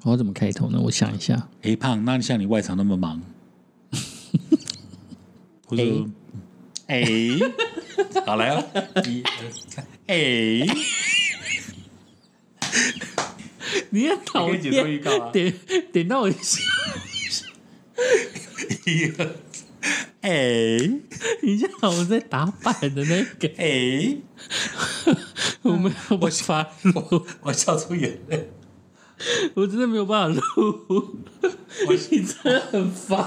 我要怎么开头呢？我想一下。 胖，那像你外场那么忙，或者好来哦，1、2、3， 你很讨厌， 可以解说预告啊， 点到我 1、2， 你像我在打板的那个，我没有办法录， 我笑出眼泪， 我真的没有办法录，你真的很烦。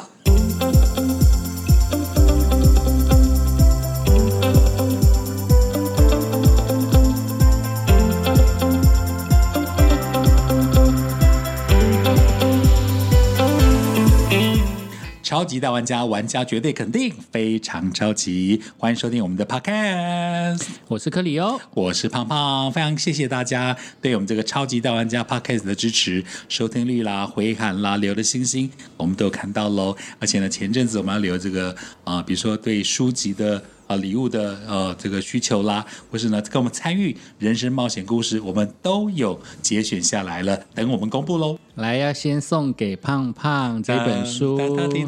超级大玩家，玩家绝对肯定非常超级，欢迎收听我们的 Podcast。 我是克里欧， 我是胖胖，非常谢谢大家对我们这个超级大玩家 Podcast 的支持，收听率啦、回函啦、留的星星，我们都有看到喽。而且呢，前阵子我们要留这个比如说对书籍的礼物的这个需求啦，或是呢跟我们参与人生冒险故事，我们都有节选下来了，等我们公布喽。 来，要先送给胖胖这本书。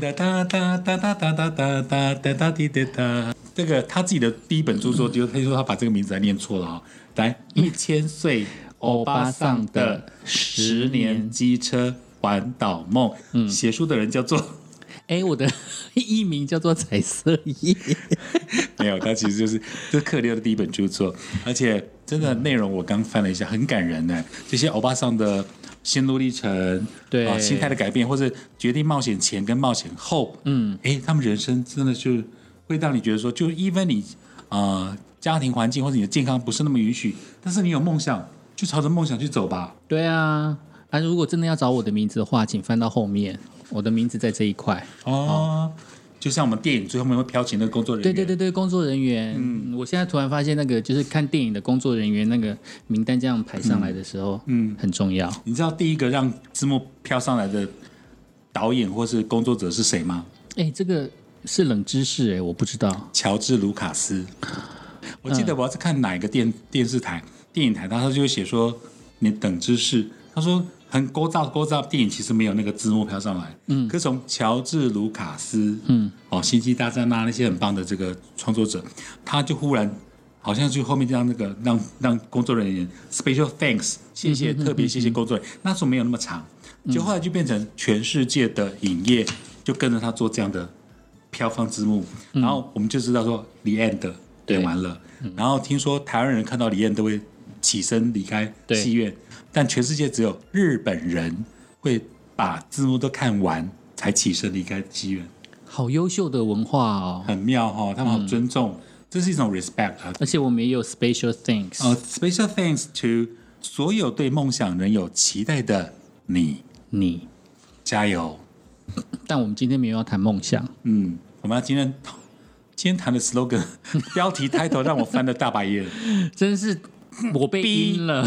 这个他自己的第一本著作，就他说他把这个名字还念错了啊。来，1000岁欧巴桑的10年机车环岛梦，写书的人叫做。 我的艺名叫做彩色叶。 没有，他其实就是克里欧的第一本著作，而且真的内容我刚翻了一下，很感人呢。这些欧巴桑的心路历程， 对心态的改变，或是决定冒险前跟冒险后，他们人生真的就会让你觉得说，就 even 你家庭环境或者你的健康不是那么允许，但是你有梦想，就朝着梦想去走吧。 对啊，如果真的要找我的名字的话，请翻到后面。我的名字在这一块就像我们电影最后面会飘起那个工作人员， 对，工作人员。我现在突然发现，那个就是看电影的工作人员那个名单这样排上来的时候，很重要。 你知道第一个让字幕飘上来的导演或是工作者是谁吗？ 这个是冷知识我不知道。 乔治·卢卡斯。我记得我要是看哪一个电视台、电影台，他就会写说你等知识，他说。很聒噪，电影其实没有那个字幕飘上来。可是从乔治·卢卡斯，星际大战那些很棒的这个创作者，他就忽然好像就后面让那个让工作人员 special thanks 谢谢，特别谢谢工作人员。那时候没有那么长，就后来就变成全世界的影业就跟着他做这样的飘放字幕，然后我们就知道说李安的演完了，然后听说台湾人看到李安都会起身离开戏院。但全世界只有日本人会把字幕都看完才起身离开戏院， 好优秀的文化哦， 很妙他们好尊重，这是一种 respect。 而且我们也有 special thanks， special thanks to 所有对梦想仍有期待的你加油。 但我们今天没有要谈梦想， 我们要今天谈的 slogan 标题 title 让我翻了大白眼， 真是。我被阴了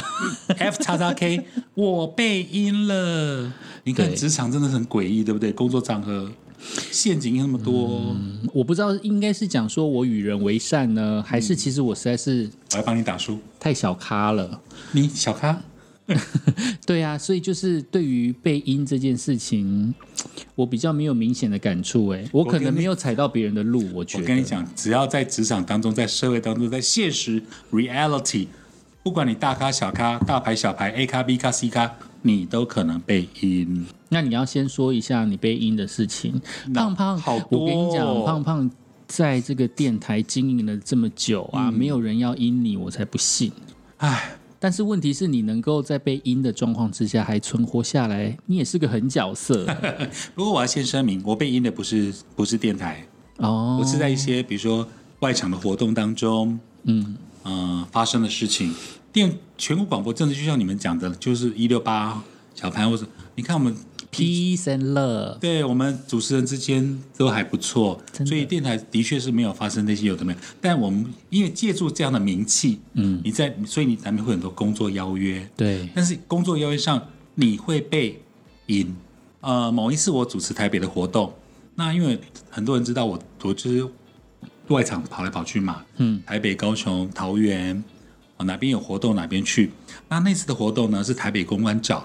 ，F*K， 我被阴了。你看职场真的很诡异，对不对？工作场合陷阱那么多， 我不知道应该是讲说我与人为善呢，还是其实我实在是我要帮你打书， 太小咖了。 你小咖？ 对啊，所以就是对于被阴这件事情，我比较没有明显的感触。我可能没有踩到别人的路。我觉得， 我跟你讲，只要在职场当中，在社会当中，在现实 reality。不管你大咖小咖、大牌小牌、A 咖 B 咖 C 咖，你都可能被阴。 那你要先说一下你被阴的事情。胖胖， 好多我跟你讲，胖胖在这个电台经营了这么久啊，没有人要阴你，我才不信。但是问题是你能够在被阴的状况之下还存活下来，你也是个狠角色。 不过我要先声明，我被阴的不是电台我是在一些比如说外场的活动当中，发生的事情。全国广播真的就像你们讲的，就是168小潘，或者你看我们 peace and love， 对我们主持人之间都还不错，所以电台的确是没有发生那些有的没有。但我们因为借助这样的名气，所以你难免会很多工作邀约， 对。 但是工作邀约上你会被阴。某一次我主持台北的活动，那因为很多人知道我就是外场跑来跑去嘛，台北、高雄、桃园，哪边有活动哪边去。那次的活动呢是台北公关找的，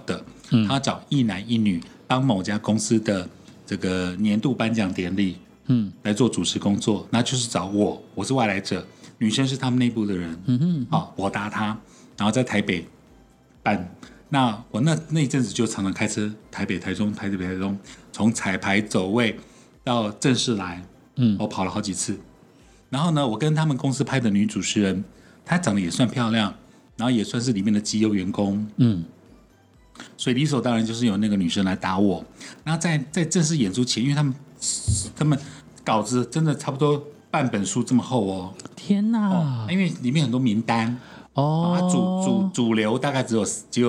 他要找一男一女帮某家公司的这个年度颁奖典礼，来做主持工作，那就是找我是外来者，女生是他们内部的人，我答他，然后在台北办。那我那一阵子就常常开车台北、台中，从彩排走位到正式来，我跑了好几次。然后呢，我跟他们公司派的女主持人，她长得也算漂亮，然后也算是里面的绩优员工，所以理所当然就是由那个女生来打我。然后在正式演出前，因为他们稿子真的差不多半本书这么厚哦， 天哪！ 因为里面很多名单。主流大概只有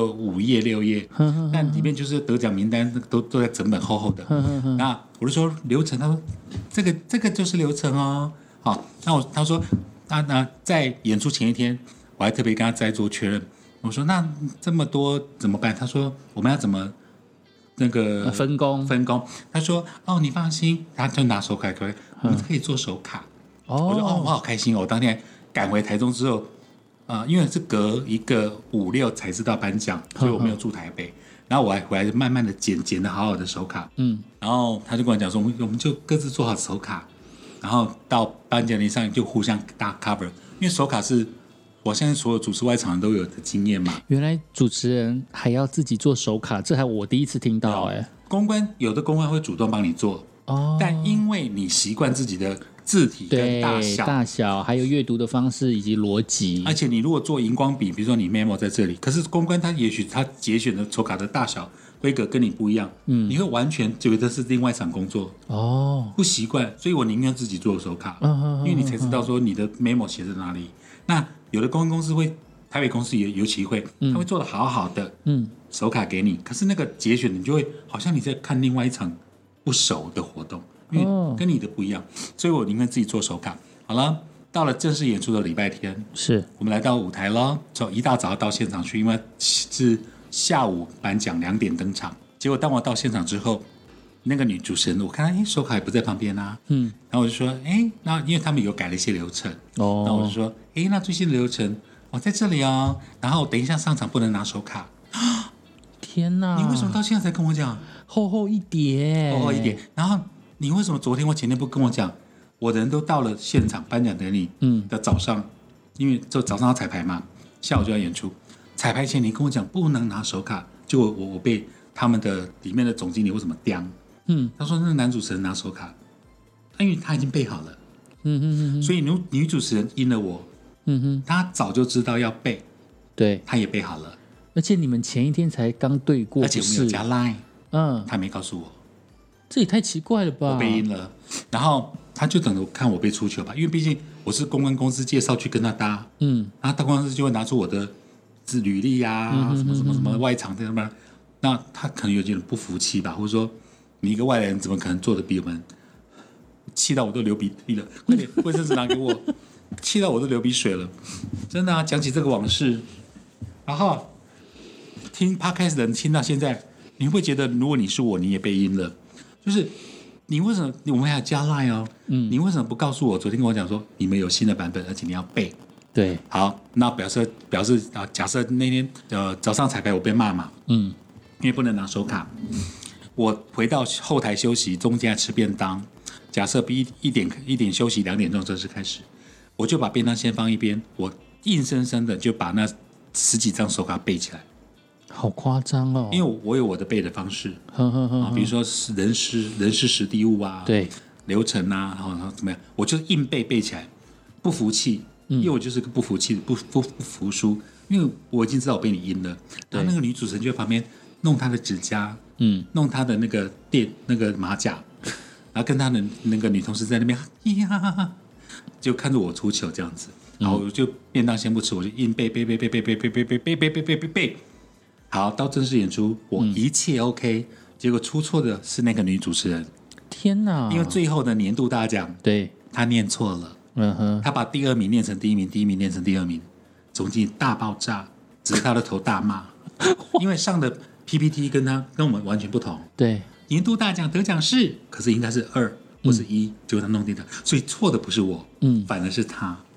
5页6页，但里面就是得奖名单都在整本厚厚的。那我就说流程，他说这个就是流程哦。好，他说那在演出前一天，我还特别跟他再做确认。我说那这么多怎么办？他说我们要怎么那个分工？ 他说你放心，他就拿手卡过来，我们可以做手卡。我说我好开心哦！我当天赶回台中之后。因为是隔一个5、6才知道颁奖，所以我没有住台北。然后我还回来慢慢的剪的好好的手卡，然后他就跟我讲说，我们就各自做好手卡，然后到颁奖礼上就互相搭 cover。因为手卡是我现在所有主持外场人都有的经验嘛。 原来主持人还要自己做手卡，这还我第一次听到有的公关会主动帮你做，但因为你习惯自己的字体跟大小， 还有阅读的方式以及逻辑。 而且你如果做荧光笔，比如说你 memo 在这里，可是公关他也许他节选的手卡的大小规格跟你不一样，你会完全觉得是另外一场工作不习惯，所以我宁愿自己做手卡，因为你才知道说你的 memo 写在哪里。那有的公关公司会，台北公司也尤其会，他会做的好好的手卡给你，可是那个节选你就会好像你在看另外一场不熟的活动。因为跟你的不一样，所以我宁愿自己做手卡。好了，到了正式演出的礼拜天，我们来到舞台了，从一大早到现场去，因为是下午颁奖2点登场。结果当我到现场之后，那个女主持人我看她手卡也不在旁边啊，然后我就说那因为他们有改了一些流程，然后我就说那最新的流程在这里哦，然后等一下上场不能拿手卡。 天哪！ 你为什么到现在才跟我讲？ 厚一点， 然后你为什么昨天或前天不跟我讲？我的人都到了现场颁奖典礼的早上，因为就早上要彩排嘛，下午就要演出。彩排前你跟我讲不能拿手卡，就我被他们的里面的总经理为什么刁？他说那个男主持人拿手卡，因为他已经备好了。所以女主持人阴了我。她早就知道要背， 对， 她也背好了。 而且你们前一天才刚对过， 而且我们有加 line，她没告诉我。 这也太奇怪了吧！ 我被阴了，然后他就等着看我被出糗吧，因为毕竟我是公关公司介绍去跟他搭，然后大公关公司就会拿出我的履历啊，什么外场什么，那他可能有点不服气吧，或者说你一个外来人怎么可能做的比我们，气到我都流鼻涕了，快点卫生纸拿给我，气到我都流鼻水了，真的讲起这个往事，然后听 podcast 的人听到现在，你会不会觉得如果你是我，你也被阴了？就是你为什么我们还要加 line 哦？你为什么不告诉我？昨天跟我讲说你们有新的版本，而且你要背。 对， 好，那表示假设那天早上彩排我被骂嘛，因为不能拿手卡，我回到后台休息，中间吃便当。假设一点休息，2点钟正式开始，我就把便当先放一边，我硬生生的就把那10几张手卡背起来。 好夸张哦！ 因为我有我的背的方式，比如说人事时地物啊， 对， 流程啊，然后怎么样，我就硬背起来，不服气，因为我就是个不服气、不服输，因为我已经知道我被你阴了。然后那个女主持人就在旁边弄她的指甲，弄她的那个那个马甲，然后跟她的那个女同事在那边就看着我出糗这样子，然后我就便当先不吃，我就硬背。好，到正式演出，我一切 OK，结果出错的是那个女主持人。 天哪！ 因为最后的年度大奖， 对， 她念错了，她把第2名念成第1名，第1名念成第2名，总经理大爆炸，指着她的头大骂，因为上的 PPT 跟我们完全不同。 对， 年度大奖得奖是，可是应该是2或是1，结果他弄定的，所以错的不是我，反而是他。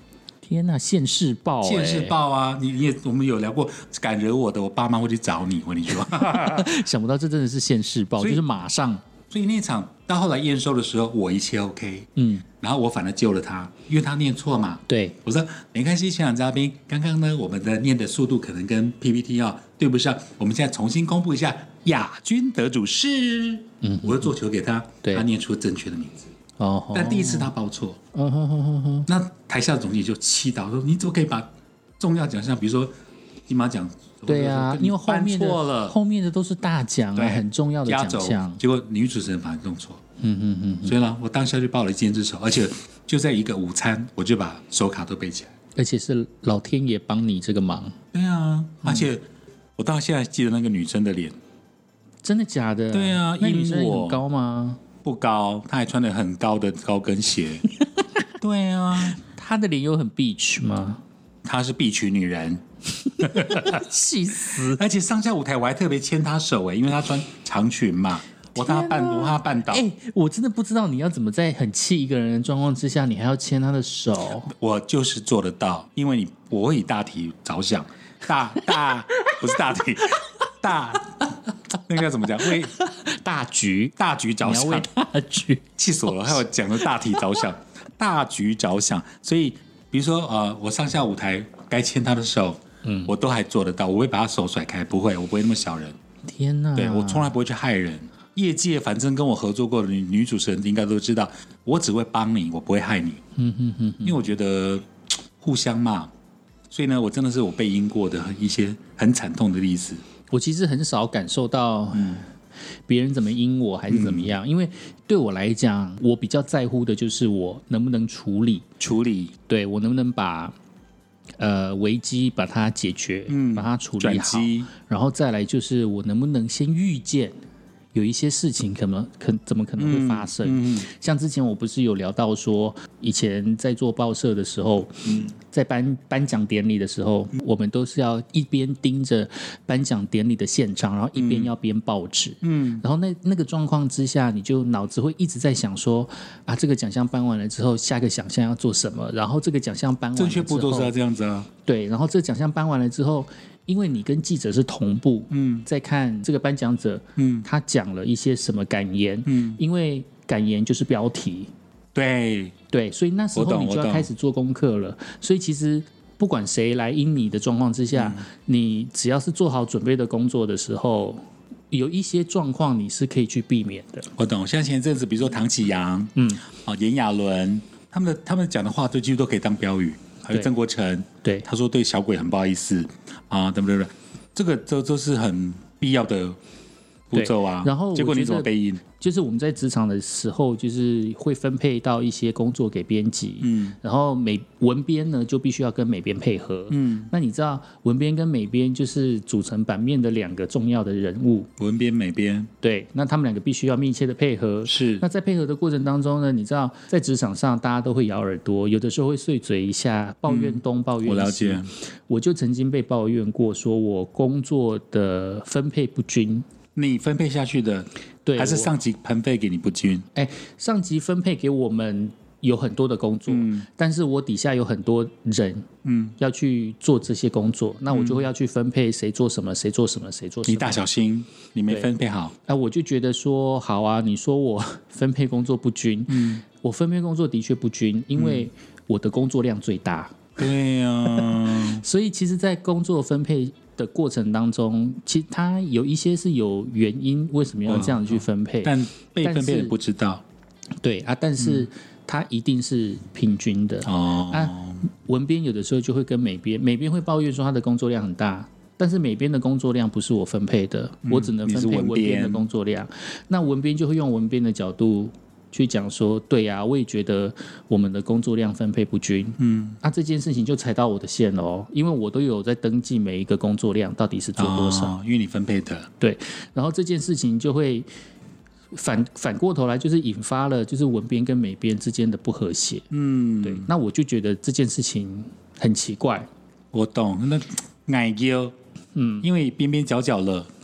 天哪，现世报、 现世报啊！我们有聊过，敢惹我的，我爸妈会去找你。我跟你说， 想不到这真的是现世报，就是马上。 所以那场到后来验收的时候，我一切 OK， 然后我反而救了他，因为他念错嘛。 对， 我说没关系，现场嘉宾，刚刚呢我们的念的速度可能跟 PPT 对不上，我们现在重新公布一下亚军得主是，我就做球给他，他念出正确的名字。但第一次他报错，那台下的总经理就气到说：“你怎么可以把重要奖项，比如说金马奖？” 对啊，因为后面的都是大奖啊，很重要的奖项。 结果女主持人反而弄错，所以呢，我当下就报了一箭之仇，而且就在一个午餐，我就把手卡都背起来， 而且是老天爷帮你这个忙。 对啊，而且我到现在记得那个女生的脸， 真的假的？ 对啊， 那女生很高吗？ 不高，她还穿了很高的高跟鞋。对啊， 她的脸有很 beach 吗？ 她是必娶女人。 气死！ 而且上下舞台我还特别牵她手因为她穿长裙嘛，我怕她绊倒。 我真的不知道你要怎么在很气一个人的状况之下，你还要牵她的手。 我就是做得到，因为我会以大体着想，大不是大体，大那个要怎么讲？为大局着想， 你要为大局， 气死我了！还有讲的大体着想，大局着想。所以比如说我上下舞台该牵她的手。我都还做得到，我会把他手甩开，不会，我不会那么小人。 天哪！ 对，我从来不会去害人。业界反正跟我合作过的女主持人应该都知道，我只会帮你，我不会害你。因为我觉得互相嘛，所以呢，我真的是我被阴过的一些很惨痛的例子。 我其实很少感受到别人怎么阴我还是怎么样，因为对我来讲，我比较在乎的就是我能不能处理，对我能不能把危机把它解决，把它处理好，然后再来就是我能不能先预见有一些事情怎么可能会发生。像之前我不是有聊到说，以前在做报社的时候，在颁奖典礼的时候，我们都是要一边盯着颁奖典礼的现场，然后一边要编报纸。然后那个状况之下，你就脑子会一直在想说啊，这个奖项颁完了之后，下个奖项要做什么？然后这个奖项颁完了之后， 正确步骤是要这样子啊。 对，然后这个奖项颁完了之后。因为你跟记者是同步，在看这个颁奖者，他讲了一些什么感言，因为感言就是标题， 对， 所以那时候你就要开始做功课了。所以其实不管谁来阴你的状况之下，你只要是做好准备的工作的时候，有一些状况你是可以去避免的。 我懂，像前一阵子，比如说唐启阳，炎亚纶，他们讲的话，都几乎都可以当标语。还有曾国成， 对， 他说对小鬼很不好意思啊，对不对？这个都是很必要的步骤啊。 然后结果你怎么被阴？ 就是我们在职场的时候，就是会分配到一些工作给编辑，然后文编呢就必须要跟美编配合，那你知道文编跟美编就是组成版面的两个重要的人物， 文编美编， 对，那他们两个必须要密切的配合， 是。 那在配合的过程当中呢，你知道在职场上大家都会咬耳朵，有的时候会碎嘴一下，抱怨东抱怨西。 我了解， 我就曾经被抱怨过，说我工作的分配不均。 你分配下去的， 对， 还是上级分配给你不均？ 上级分配给我们有很多的工作，但是我底下有很多人，要去做这些工作，那我就会要去分配谁做什么，谁做什么，谁做什么。 你大小心，你没分配好。 我就觉得说，好啊，你说我分配工作不均，我分配工作的确不均，因为我的工作量最大。 对呀， 所以其实，在工作分配的过程当中，其实它有一些是有原因，为什么要这样去分配？ 但被分配的不知道。 对啊，但是它一定是平均的文编有的时候就会跟美编会抱怨说他的工作量很大，但是美编的工作量不是我分配的，我只能分配文编的工作量。那文编就会用文编的角度去讲说，对啊，我也觉得我们的工作量分配不均，这件事情就踩到我的线了哦，因为我都有在登记每一个工作量到底是做多少， 因为你分配的， 对，然后这件事情就会反过头来，就是引发了就是文编跟美编之间的不和谐，对，那我就觉得这件事情很奇怪。 我懂，那矮丢，因为边边角角了。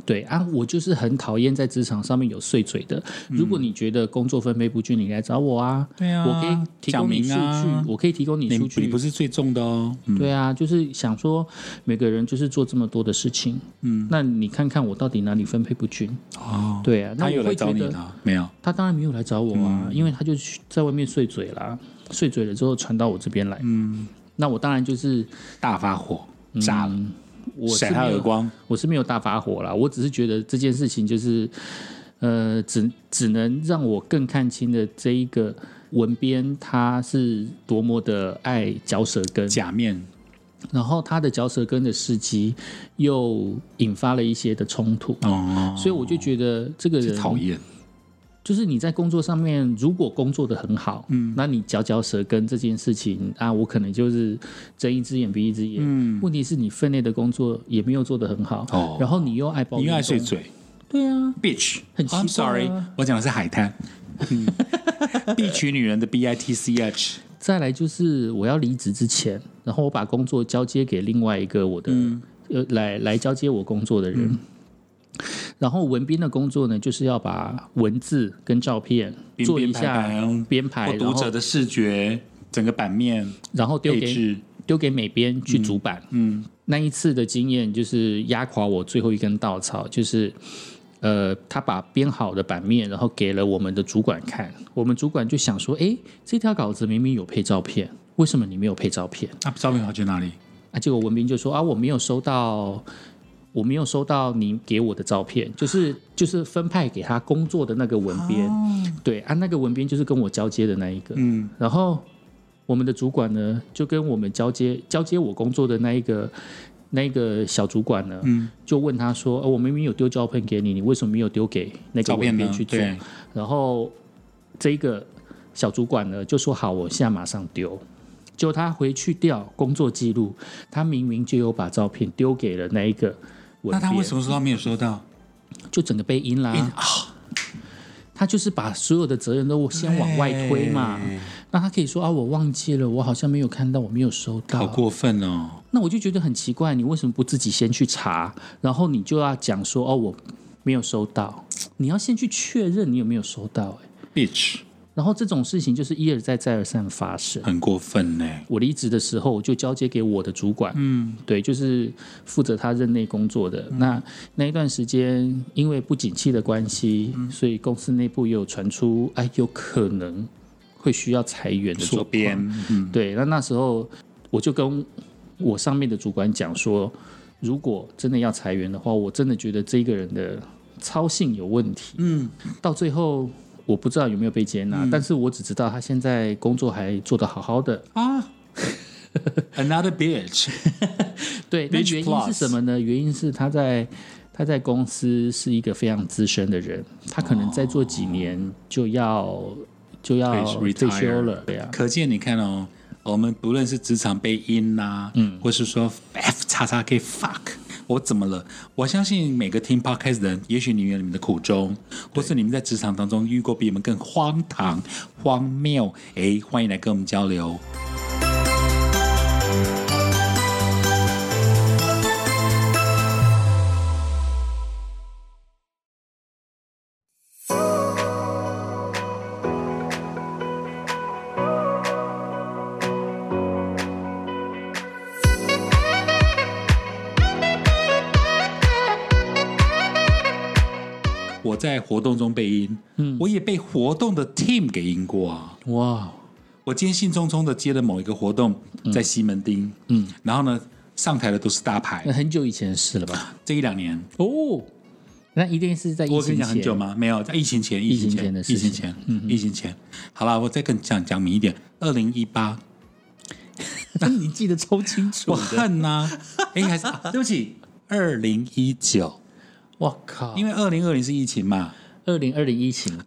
对啊，我就是很讨厌在职场上面有碎嘴的。如果你觉得工作分配不均，你来找我啊， 对啊， 我可以提供你数据， 啊、 我可以提供你数据。 你不是最重的哦。 对啊，就是想说每个人就是做这么多的事情，那你看看我到底哪里分配不均？ 哦， 对啊，那他有来我会觉得找你呢？没有， 他当然没有来找我啊，因为他就在外面碎嘴啦，碎嘴了之后传到我这边来，那我当然就是大发火，炸了。闪他耳光， 我是没有大发火啦，我只是觉得这件事情就是只能让我更看清的这一个文编他是多么的爱嚼舌根假面， 然后他的嚼舌根的事迹又引发了一些的冲突，所以我就觉得这个人讨厌。 就是你在工作上面，如果工作的很好，那你嚼舌根这件事情啊，我可能就是睁一只眼闭一只眼。问题是你分内的工作也没有做得很好，然后你又爱抱怨， 你又爱碎嘴， 对啊 ，bitch， 很奇怪、 I'm sorry， 我讲的是海滩，必娶女人的 bitch。 再来就是我要离职之前，然后我把工作交接给另外一个我的、来交接我工作的人。然后文编的工作呢，就是要把文字跟照片做一下编排， 读者的视觉整个版面， 然后丢给美编去主版。那一次的经验就是压垮我最后一根稻草，就是他把编好的版面，然后给了我们的主管看，我们主管就想说，这条稿子明明有配照片，为什么你没有配照片？ 照片跑去哪里？ 结果文编就说我没有收到你给我的照片，就是分派给他工作的那个文编，对啊，那个文编就是跟我交接的那一个，然后我们的主管呢，就跟我们交接我工作的那一个小主管呢，就问他说，我明明有丢照片给你，你为什么没有丢给那个文编去做？然后这个小主管呢就说好，我现在马上丢。结果他回去调工作记录，他明明就有把照片丢给了那一个文编， 那他为什么说他没有收到？ 就整个被阴啦。他就是把所有的责任都先往外推嘛。那他可以说我忘记了，我好像没有看到，我没有收到。 好过分哦！ 那我就觉得很奇怪，你为什么不自己先去查，然后你就要讲说我没有收到？你要先去确认你有没有收到 ，bitch。 然后这种事情就是一而再再而三发生， 很过分呢。 我离职的时候，我就交接给我的主管，对，就是负责他任内工作的。那一段时间，因为不景气的关系，所以公司内部也有传出，有可能会需要裁员的状况。对，那时候我就跟我上面的主管讲说，如果真的要裁员的话，我真的觉得这个人的操性有问题。到最后。我不知道有没有被接纳，但是我只知道他现在工作还做得好好的 Another bitch 对，那原因是什么呢？原因是他在公司是一个非常资深的人，他可能再做几年就要退休了。对啊， 可见你看我们不论是职场被阴或是说 F***K fuck。我怎么了？我相信每个听 podcast 的人，也许你有你们的苦衷，或是你们在职场当中遇过比你们更荒唐、荒谬，欢迎来跟我们交流。我在活动中被阴，我也被活动的 team 给阴过啊！ 哇， 我今天兴冲冲的接了某一个活动，在西门町，然后呢，上台的都是大牌， 那很久以前的事了吧？ 这1-2年哦，那一定是在疫情前。 我跟你讲很久吗？没有，在疫情前， 疫情前的事情， 疫情前。好了，我再跟你讲明一点，2018， 你记得超清楚， 我恨呐！还是对不起，2019。 我靠！ 因为2020是疫情嘛 ，2020疫情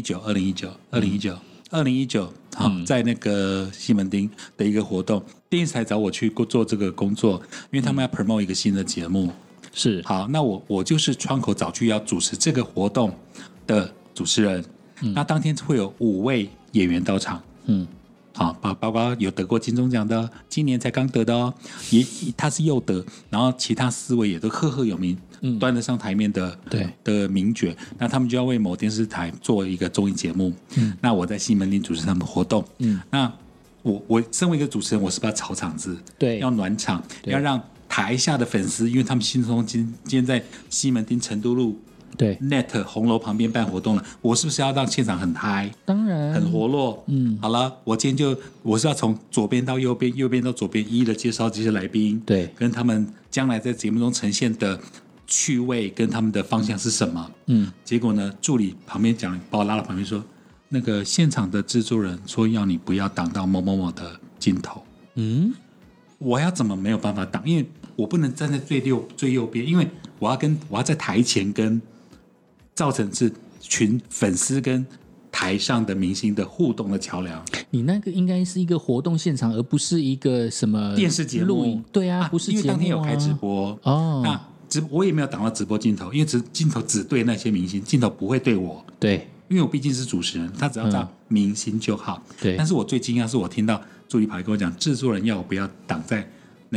，2019，在那个西门町的一个活动，电视台找我去做这个工作，因为他们要 promote 一个新的节目。 是好，那我就是窗口早去要主持这个活动的主持人。那当天会有5位演员到场， 好，包括有得过金钟奖的，今年才刚得的哦，他是又得，然后其他4位也都赫赫有名，端得上台面的名角，那他们就要为某电视台做一个综艺节目，那我在西门町主持他们的活动，那我身为一个主持人，我是不是要炒场子， 对， 要暖场，要让台下的粉丝，因为他们心中今天在西门町成都路。 对 ，Net 红楼旁边办活动了，我是不是要让现场很嗨？ 当然， 很活络。好了，我今天我是要从左边到右边，右边到左边，一一的介绍这些来宾， 对， 跟他们将来在节目中呈现的趣味跟他们的方向是什么？结果呢，助理旁边讲，把我拉到旁边说，那个现场的制作人说要你不要挡到某某某的镜头。我要怎么没有办法挡？因为我不能站在最右边，因为我要在台前跟。造成是群粉丝跟台上的明星的互动的桥梁。 你那个应该是一个活动现场，而不是一个什么电视节目。 对啊，不是节目啊。 因为当天有开直播哦， 那我也没有挡到直播镜头，因为镜头只对那些明星，镜头不会对我。 对， 因为我毕竟是主持人，他只要照明星就好。 对。 但是我最惊讶是我听到助理跑来跟我讲，制作人要我不要挡在那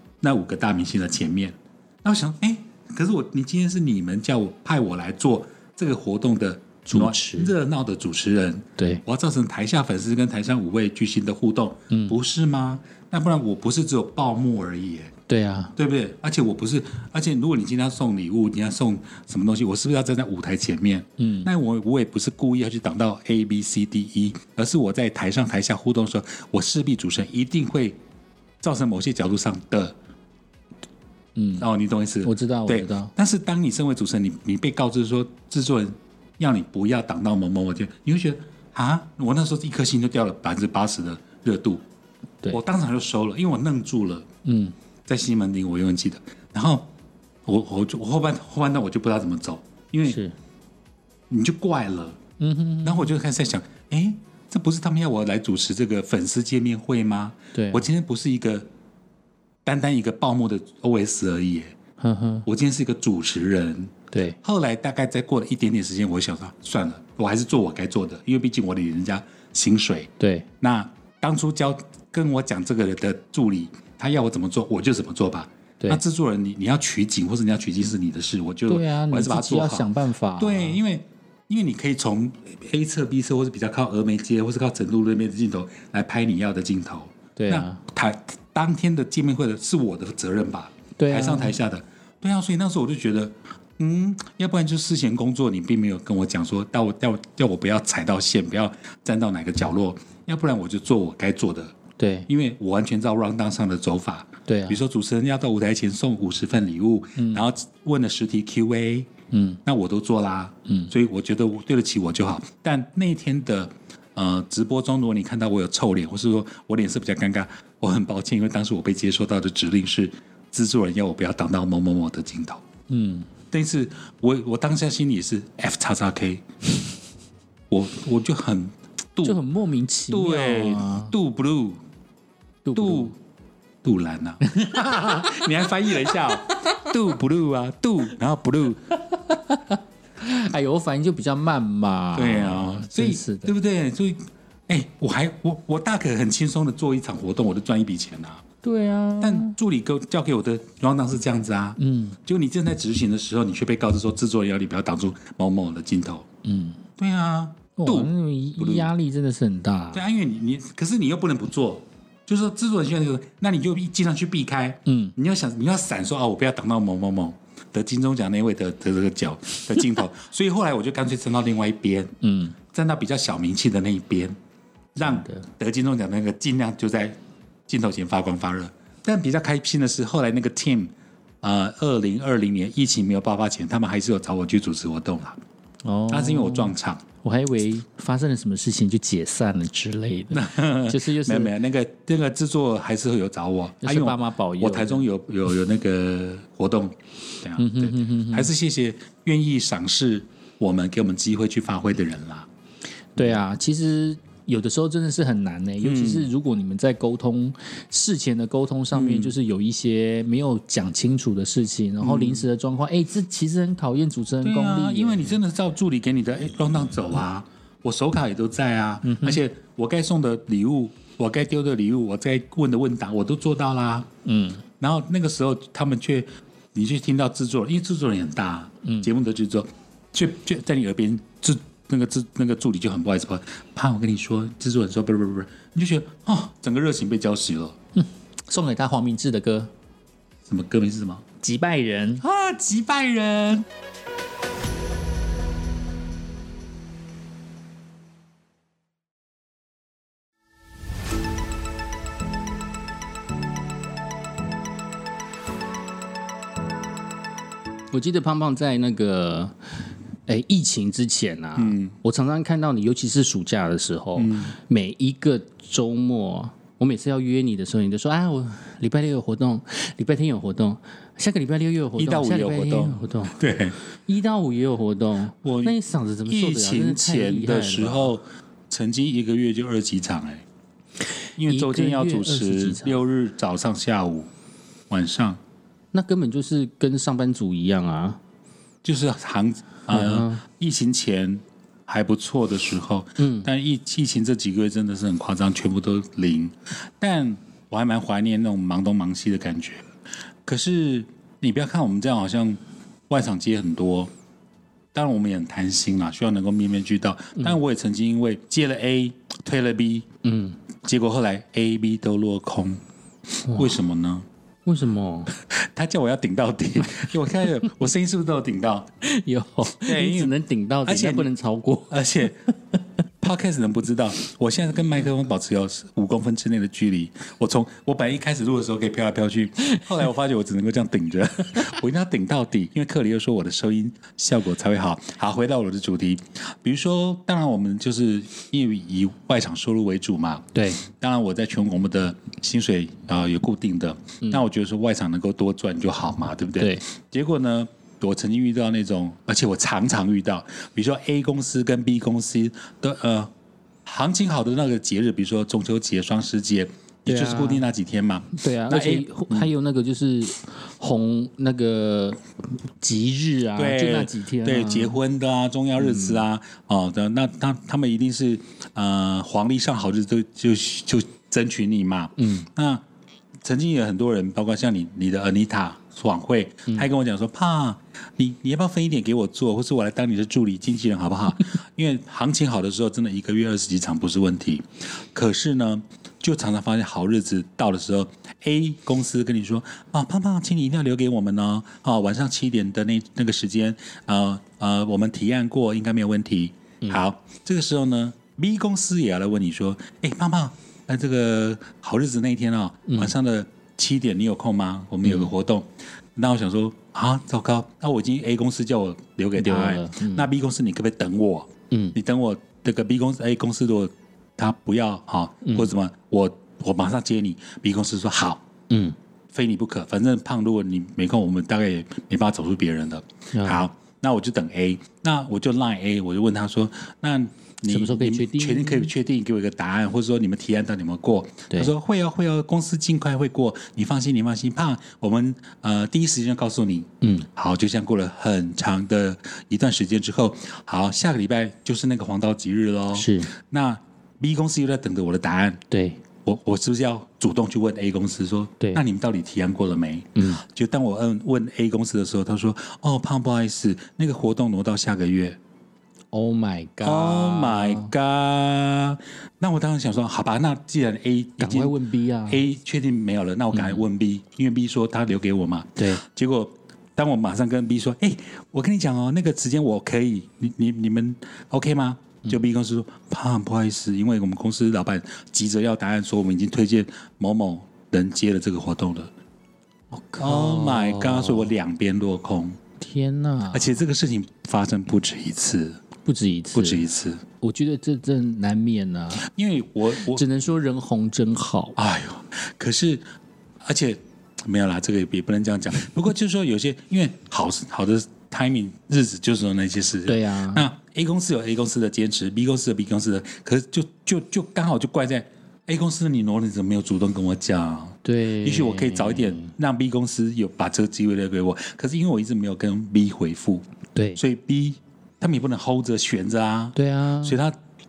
5个大明星的前面。那我想，可是你今天是你们派我来做这个活动的主持热闹的主持人， 对， 我要造成台下粉丝跟台上5位巨星的互动，不是吗？那不然我不是只有报幕而已， 对啊， 对不对？而且如果你今天要送礼物，你要送什么东西，我是不是要站在舞台前面？那我也不是故意要去挡到 A、B、C、D、E， 而是我在台上台下互动的时候，我势必主持人一定会造成某些角度上的。你懂意思？ 我知道， 对。但是当你身为主持人，你被告知说制作人要你不要挡到某某某，你会觉得我那时候一颗心就掉了80%的热度，对，我当场就收了，因为我愣住了。在西门町，我永远记得。然后我后半段我就不知道怎么走，因为你就怪了。然后我就开始在想，这不是他们要我来主持这个粉丝见面会吗？ 对， 我今天不是单单一个报幕的 OS 而已，我今天是一个主持人。 对， 后来大概再过了一点点时间，我想说算了，我还是做我该做的，因为毕竟我领人家薪水。 对， 那当初跟我讲这个的助理，他要我怎么做，我就怎么做吧。那制作人你要取景或者你要取景是你的事，我还是把它做好， 你自己要想办法。 对，因为你可以从 A 侧、B 侧，或者比较靠峨眉街，或是靠整路那边的镜头来拍你要的镜头。 对啊， 那当天的见面会的是我的责任吧？ 对啊， 台上台下的，对啊，所以那时候我就觉得，要不然就事前工作你并没有跟我讲说，要我不要踩到线，不要站到哪个角落，要不然我就做我该做的。 对， 因为我完全照 round down 上的走法。 对啊， 比如说主持人要到舞台前送50份礼物，然后问了10题 Q&A，那我都做啦，所以我觉得我对得起我就好。但那天的直播中，如果你看到我有臭脸，或是说我脸色比较尴尬，我很抱歉，因为当时我被接收到的指令是制作人要我不要挡到某某某的镜头。但是我当下心里是 F*K， 我就很莫名其妙啊， 杜 blue 杜兰啊，你还翻译了一下杜 blue 啊，然后 blue。 哎呦，我反应就比较慢嘛。 对啊，所以对不对？所以，我大可很轻松的做一场活动，我就赚一笔钱啊。 对啊， 但助理交给我的 round down 是这样子啊。结果你正在执行的时候，你却被告知说制作人要你不要挡住某某的镜头。对啊， 压力真的是很大。 对啊，因为可是你又不能不做。就是说，制作人需要那个，那你就尽量去避开。你要闪说我不要挡到某某某得金钟奖那位的这个角的镜头。所以后来我就干脆站到另外一边，站到比较小名气的那一边，让得金钟奖那个尽量就在镜头前发光发热。但比较开心的是，后来那个 team， 2020年疫情没有爆发前，他们还是有找我去主持活动啦。那是因为我撞场。我还以为发生了什么事情就解散了之类的，就是没有那个制作还是会有找我， 就是爸妈保佑。 我台中有那个活动，对，还是谢谢愿意赏识我们，给我们机会去发挥的人啦。 对啊，其实有的时候真的是很难呢，尤其是如果你们在事前的沟通上面，就是有一些没有讲清楚的事情，然后临时的状况，这其实很考验主持人功力。 因为你真的照助理给你的round down走啊， 我手卡也都在啊，而且我该送的礼物，我该丢的礼物，我该问的问答，我都做到啦。然后那个时候他们你却听到制作人，因为制作人很大，节目的制作，却在你耳边那个助理就很不好意思，怕我跟你说，制作人说不，你就觉得整个热情被浇熄了。 送给他黄明志的歌， 什么歌名是什么？ 击败人啊，击败人。 我记得胖胖在那个疫情之前啊，我常常看到你，尤其是暑假的时候，每一个周末，我每次要约你的时候，你就说我礼拜六有活动，礼拜天有活动，下个礼拜六又有活动， 1到5 下礼拜也有活动， 对 ，1到5也有活动。那你嗓子怎么受得了？ 疫情前的时候，曾经1个月就20几场因为周间要主持，6日早上、下午、晚上。 那根本就是跟上班族一样啊， 就是疫情前还不错的时候，但疫情这几个月真的是很夸张，全部都0。但我还蛮怀念那种忙东忙西的感觉。可是你不要看我们这样，好像外场接很多，当然我们也很贪心啦，希望能够面面俱到。但我也曾经因为接了 A 推了 B，结果后来 A、B 都落空，为什么呢？ 为什么？ 他叫我要顶到底，我看我声音是不是都有顶到？ 有，你只能顶到底，而且不能超过。 而且 Podcast 人不知道，我现在跟麦克风保持有5公分之内的距离。我本来一开始录的时候可以飘来飘去，后来我发觉我只能够这样顶着，我一定要顶到底，因为克里又说我的收音效果才会好。好，回到我的主题，比如说，当然我们就是因为以外场收入为主嘛， 对。 当然我在全国我们的薪水有固定的，那我觉得说外场能够多赚就好嘛，对不对？ 对。 结果呢？我曾经遇到那种，而且我常常遇到，比如说 A 公司跟 B 公司的行情好的那个节日，比如说中秋节、双十节，也就是固定那几天嘛。 对啊，而且还有那个就是那个吉日啊，就那几天， 对，结婚的啊，重要日子啊，那他们一定是黄历上好日子就争取你嘛。那曾经有很多人，包括像你的 Anita。晚会，他还跟我讲说：“你要不要分一点给我做，或是我来当你的助理经纪人好不好？因为行情好的时候，真的1个月20几场不是问题。可是呢，就常常发现好日子到的时候 ，A 公司跟你说：胖胖，请你一定要留给我们哦，晚上7点的那个时间，我们提案过，应该没有问题。好，这个时候呢 ，B 公司也要来问你说：胖胖，这个好日子那一天晚上的7点你有空吗？我们有个活动。那我想说糟糕，那我已经 A 公司叫我留给他，那 B 公司你可不可以等我？你等我这个 B 公司 A 公司如果他不要或者什么，我马上接你。B 公司说好，非你不可。反正胖，如果你没空，我们大概也没办法走出别人的。好，那我就等 A， 那我就 line A， 我就问他说，那你什么时候可以确定？ 可以确定给我一个答案，或者说你们提案到底有没有过？他说会哦，公司尽快会过，你放心，胖，我们第一时间就告诉你。好，就这样过了很长的一段时间之后，好，下个礼拜就是那个黄道吉日咯。 是， 那 B 公司又在等着我的答案。 对， 我是不是要主动去问 A 公司说， 对， 那你们到底提案过了没？就当我问 A 公司的时候，他说，胖，不好意思，那个活动挪到下个月。 Oh my god! Oh my god! 那我当时想说，好吧，那既然 A 赶快问 B 啊 ，A 确定没有了，那我赶快问 B，因为 B 说他留给我嘛。 对。 结果当我马上跟 B 说，我跟你讲那个时间我可以，你们 OK 吗？就 B 公司说，胖，不好意思，因为我们公司老板急着要答案，说我们已经推荐某某人接了这个活动了。Oh my god! 所以我2边落空。 天哪！ 而且这个事情发生不止一次。 不止一次，我觉得这真难免啊。 因为我只能说人红真好。 哎呦，可是而且没有啦，这个也不能这样讲。不过就是说，有些因为好的 timing 日子就是说那些事。 对啊。 那 A 公司有 A 公司的坚持 ，B 公司有 B 公司的，可是就刚好就怪在 A 公司的你怎么没有主动跟我讲？ 对， 也许我可以早一点让 B 公司有把这个机会留给我，可是因为我一直没有跟 B 回复， 对， 所以 B。他们也不能 hold 着悬着啊， 对啊， 所以他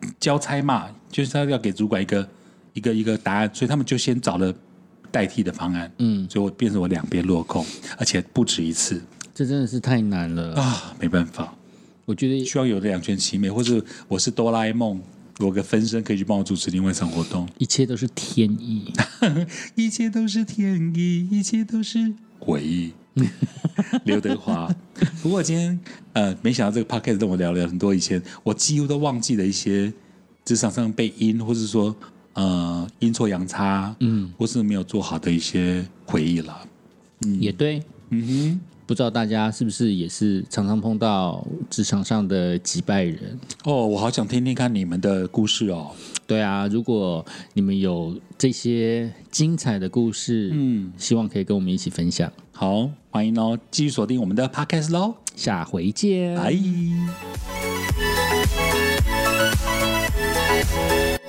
交差嘛，就是他要给主管一个答案，所以他们就先找了代替的方案，所以我变成我两边落空，而且不止一次， 这真的是太难了啊，没办法， 我觉得希望有两全其美，或者我是哆啦 A 梦，我有个分身可以去帮我主持另外一场活动， 一切都是天意， 一切都是天意，一切都是回忆。刘德华。不过今天没想到这个 podcast 跟我聊了很多以前我几乎都忘记的一些职场上被阴，或是说阴错阳差，或是没有做好的一些回忆了。 也对，不知道大家是不是也是常常碰到职场上的击败人？ 哦，我好想听听看你们的故事哦。 对啊，如果你们有这些精彩的故事，希望可以跟我们一起分享。 好，欢迎哦，继续锁定我们的 podcast 咯， 下回见， 拜。